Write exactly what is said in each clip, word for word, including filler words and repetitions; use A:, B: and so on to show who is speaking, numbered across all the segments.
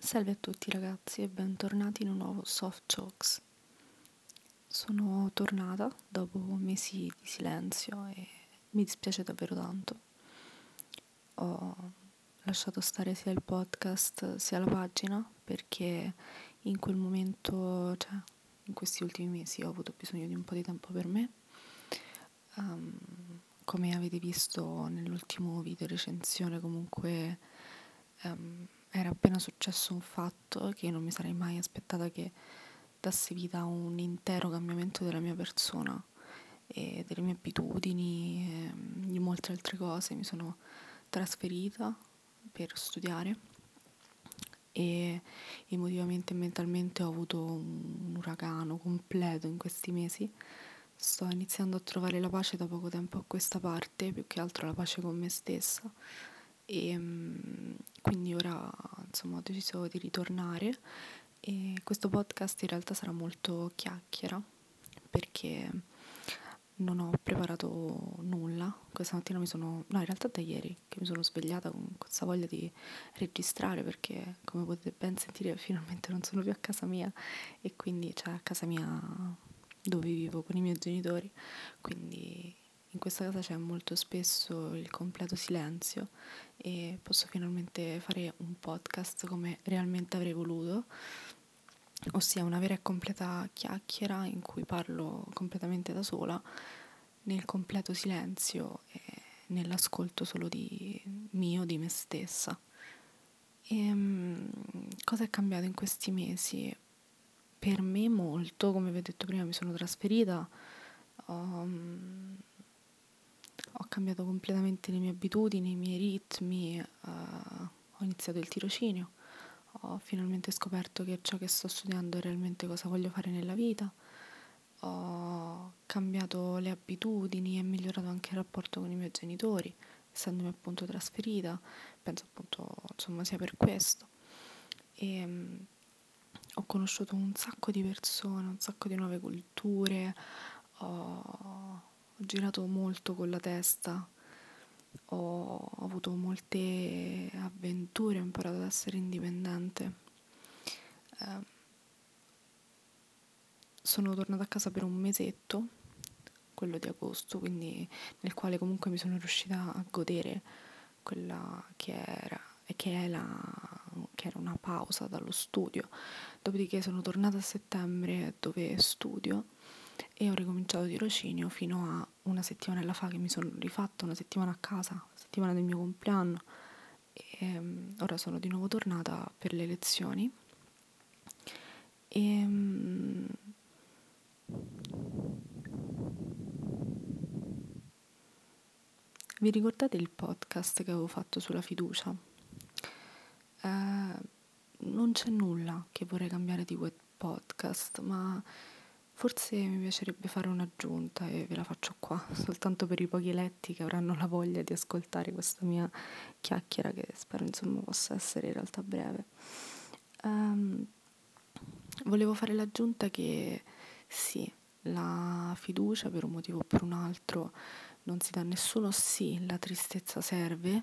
A: Salve a tutti ragazzi e bentornati in un nuovo Soft Talks. Sono tornata dopo mesi di silenzio e mi dispiace davvero tanto. Ho lasciato stare sia il podcast sia la pagina perché in quel momento, cioè in questi ultimi mesi ho avuto bisogno di un po' di tempo per me. Um, come avete visto nell'ultimo video recensione comunque um, era appena successo un fatto che non mi sarei mai aspettata che dasse vita a un intero cambiamento della mia persona e delle mie abitudini e di molte altre cose. Mi sono trasferita per studiare e emotivamente e mentalmente ho avuto un uragano completo in questi mesi. Sto iniziando a trovare la pace da poco tempo a questa parte, più che altro la pace con me stessa e um, quindi ora insomma ho deciso di ritornare e questo podcast in realtà sarà molto chiacchiera perché non ho preparato nulla. Questa mattina mi sono, no in realtà da ieri che mi sono svegliata con questa voglia di registrare perché come potete ben sentire finalmente non sono più a casa mia e quindi cioè a casa mia dove vivo con i miei genitori, quindi in questa casa c'è molto spesso il completo silenzio e posso finalmente fare un podcast come realmente avrei voluto, ossia una vera e completa chiacchiera in cui parlo completamente da sola, nel completo silenzio e nell'ascolto solo di mio, di me stessa. E, um, cosa è cambiato in questi mesi? Per me molto, come vi ho detto prima mi sono trasferita, um, ho cambiato completamente le mie abitudini, i miei ritmi, uh, ho iniziato il tirocinio, ho finalmente scoperto che ciò che sto studiando è realmente cosa voglio fare nella vita, ho cambiato le abitudini e migliorato anche il rapporto con i miei genitori, essendomi appunto trasferita, penso appunto insomma sia per questo. E um, ho conosciuto un sacco di persone, un sacco di nuove culture, ho, ho girato molto con la testa, ho avuto molte avventure, ho imparato ad essere indipendente. Eh, sono tornata a casa per un mesetto, quello di agosto, quindi nel quale comunque mi sono riuscita a godere quella che era e che è la che era una pausa dallo studio. Dopodiché sono tornata a settembre dove studio e ho ricominciato tirocinio fino a una settimana fa che mi sono rifatta una settimana a casa, la settimana del mio compleanno e um, ora sono di nuovo tornata per le lezioni e um, vi ricordate il podcast che avevo fatto sulla fiducia? Eh, non c'è nulla che vorrei cambiare di quel podcast, ma forse mi piacerebbe fare un'aggiunta e ve la faccio qua, soltanto per i pochi letti che avranno la voglia di ascoltare questa mia chiacchiera che spero insomma possa essere in realtà breve. Um, volevo fare l'aggiunta che sì, la fiducia per un motivo o per un altro non si dà a nessuno, sì, la tristezza serve,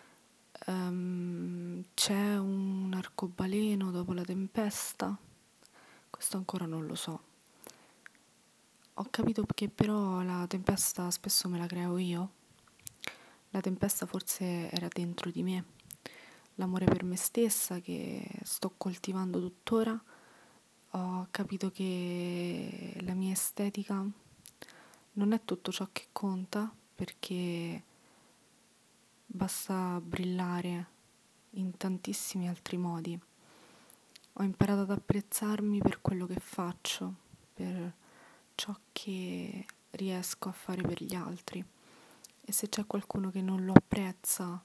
A: um, c'è un arcobaleno dopo la tempesta, questo ancora non lo so. Ho capito che però la tempesta spesso me la creo io, la tempesta forse era dentro di me, l'amore per me stessa che sto coltivando tuttora. Ho capito che la mia estetica non è tutto ciò che conta perché basta brillare in tantissimi altri modi. Ho imparato ad apprezzarmi per quello che faccio, per ciò che riesco a fare per gli altri. E se c'è qualcuno che non lo apprezza,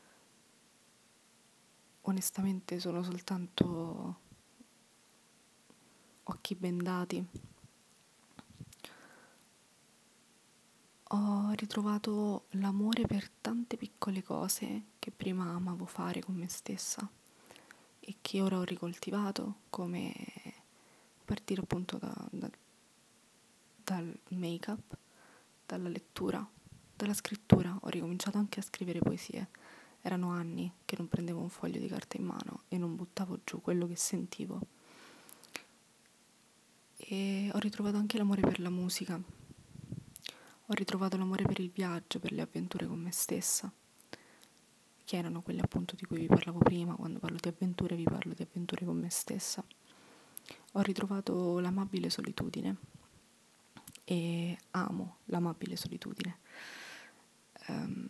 A: onestamente sono soltanto occhi bendati. Ho ritrovato l'amore per tante piccole cose che prima amavo fare con me stessa e che ora ho ricoltivato, come partire appunto da, da, dal make-up, dalla lettura, dalla scrittura. Ho ricominciato anche a scrivere poesie Erano anni che non prendevo un foglio di carta in mano e non buttavo giù quello che sentivo. E ho ritrovato anche l'amore per la musica. Ho ritrovato l'amore per il viaggio, per le avventure con me stessa, che erano quelle appunto di cui vi parlavo prima. Quando parlo di avventure vi parlo di avventure con me stessa. Ho ritrovato l'amabile solitudine e amo l'amabile solitudine. Um,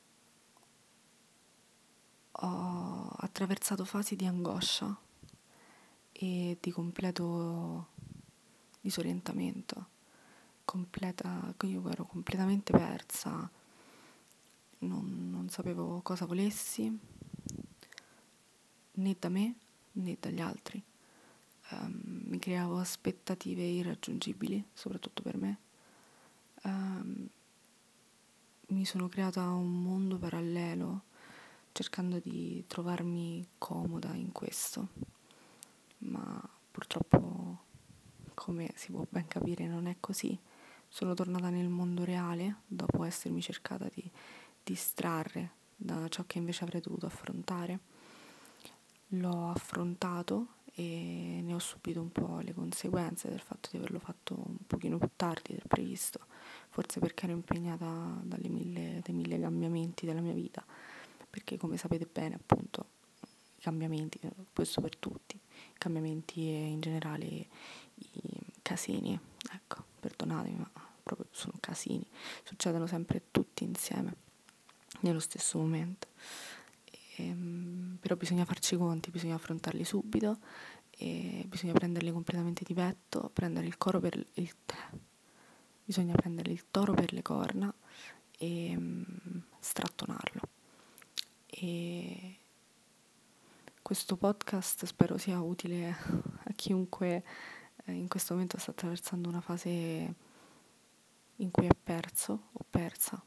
A: ho attraversato fasi di angoscia e di completo disorientamento, completa, io ero completamente persa, non, non sapevo cosa volessi, né da me né dagli altri. Um, mi creavo aspettative irraggiungibili, soprattutto per me. Um, mi sono creata un mondo parallelo cercando di trovarmi comoda in questo, ma purtroppo, come si può ben capire, non è così. Sono tornata nel mondo reale dopo essermi cercata di distrarre da ciò che invece avrei dovuto affrontare. L'ho affrontato e ne ho subito un po' le conseguenze del fatto di averlo fatto un pochino più tardi del previsto, forse perché ero impegnata dalle mille, dai mille cambiamenti della mia vita, perché come sapete bene appunto i cambiamenti, questo per tutti, i cambiamenti e in generale i casini, ecco, perdonatemi ma proprio sono casini, succedono sempre tutti insieme nello stesso momento. Ehm, però bisogna farci i conti, bisogna affrontarli subito e bisogna prenderli completamente di petto, prendere il coro per il bisogna prendere il toro per le corna e um, strattonarlo. E questo podcast spero sia utile a chiunque eh, in questo momento sta attraversando una fase in cui è perso o persa,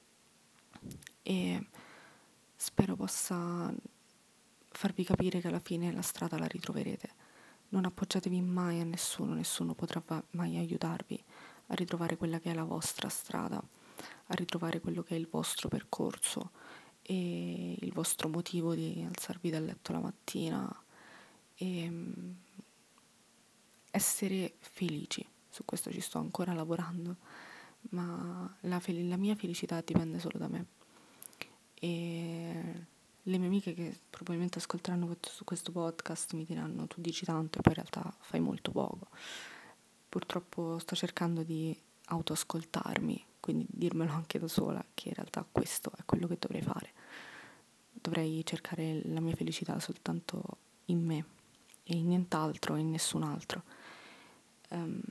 A: e spero possa farvi capire che alla fine la strada la ritroverete. Non appoggiatevi mai a nessuno, nessuno potrà mai aiutarvi a ritrovare quella che è la vostra strada, a ritrovare quello che è il vostro percorso e il vostro motivo di alzarvi dal letto la mattina e essere felici. Su questo ci sto ancora lavorando, ma la, fel- la mia felicità dipende solo da me. E le mie amiche che probabilmente ascolteranno questo, questo podcast mi diranno: tu dici tanto e poi in realtà fai molto poco. Purtroppo sto cercando di autoascoltarmi, quindi dirmelo anche da sola, che in realtà questo è quello che dovrei fare. Dovrei cercare la mia felicità soltanto in me e in nient'altro e in nessun altro. Um,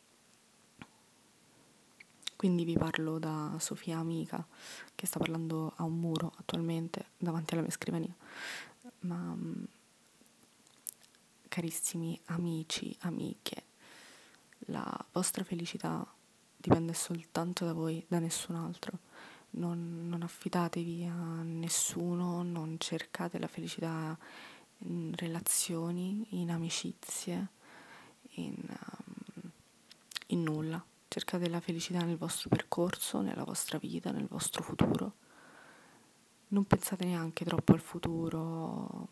A: quindi vi parlo da Sofia amica che sta parlando a un muro attualmente davanti alla mia scrivania, ma um, carissimi amici, amiche, la vostra felicità dipende soltanto da voi, da nessun altro. Non, non affidatevi a nessuno, non cercate la felicità in relazioni, in amicizie, in, um, in nulla. Cercate la felicità nel vostro percorso, nella vostra vita, nel vostro futuro. Non pensate neanche troppo al futuro.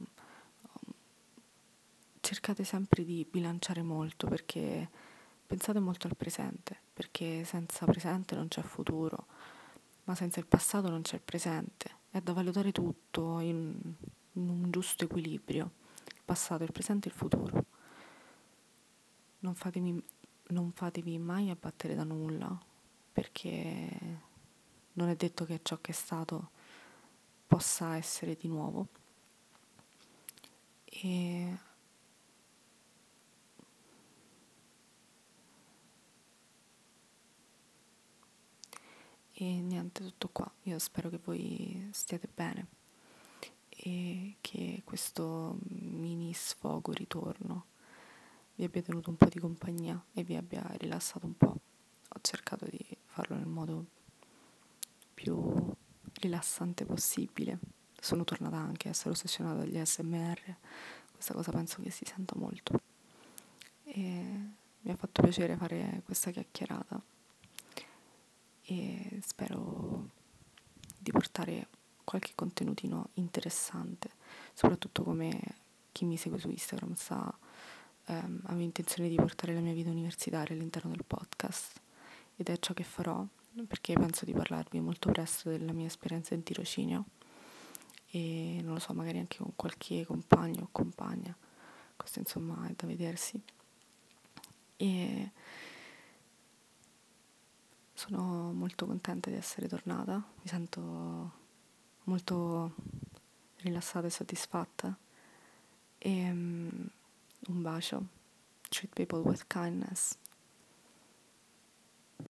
A: Cercate sempre di bilanciare molto, perché pensate molto al presente, perché senza presente non c'è futuro, ma senza il passato non c'è il presente. È da valutare tutto in, in un giusto equilibrio, il passato, il presente e il futuro. Non fatevi, non fatevi mai abbattere da nulla, perché non è detto che ciò che è stato possa essere di nuovo. E E niente, tutto qua. Io spero che voi stiate bene e che questo mini sfogo ritorno vi abbia tenuto un po' di compagnia e vi abbia rilassato un po'. Ho cercato di farlo nel modo più rilassante possibile. Sono tornata anche a essere ossessionata dagli A S M R, questa cosa penso che si senta molto. E mi ha fatto piacere fare questa chiacchierata e spero di portare qualche contenutino interessante, soprattutto come chi mi segue su Instagram sa, ehm, avevo intenzione di portare la mia vita universitaria all'interno del podcast ed è ciò che farò, perché penso di parlarvi molto presto della mia esperienza in tirocinio e non lo so, magari anche con qualche compagno o compagna, questo insomma è da vedersi. E sono molto contenta di essere tornata, mi sento molto rilassata e soddisfatta e um, un bacio, treat people with kindness.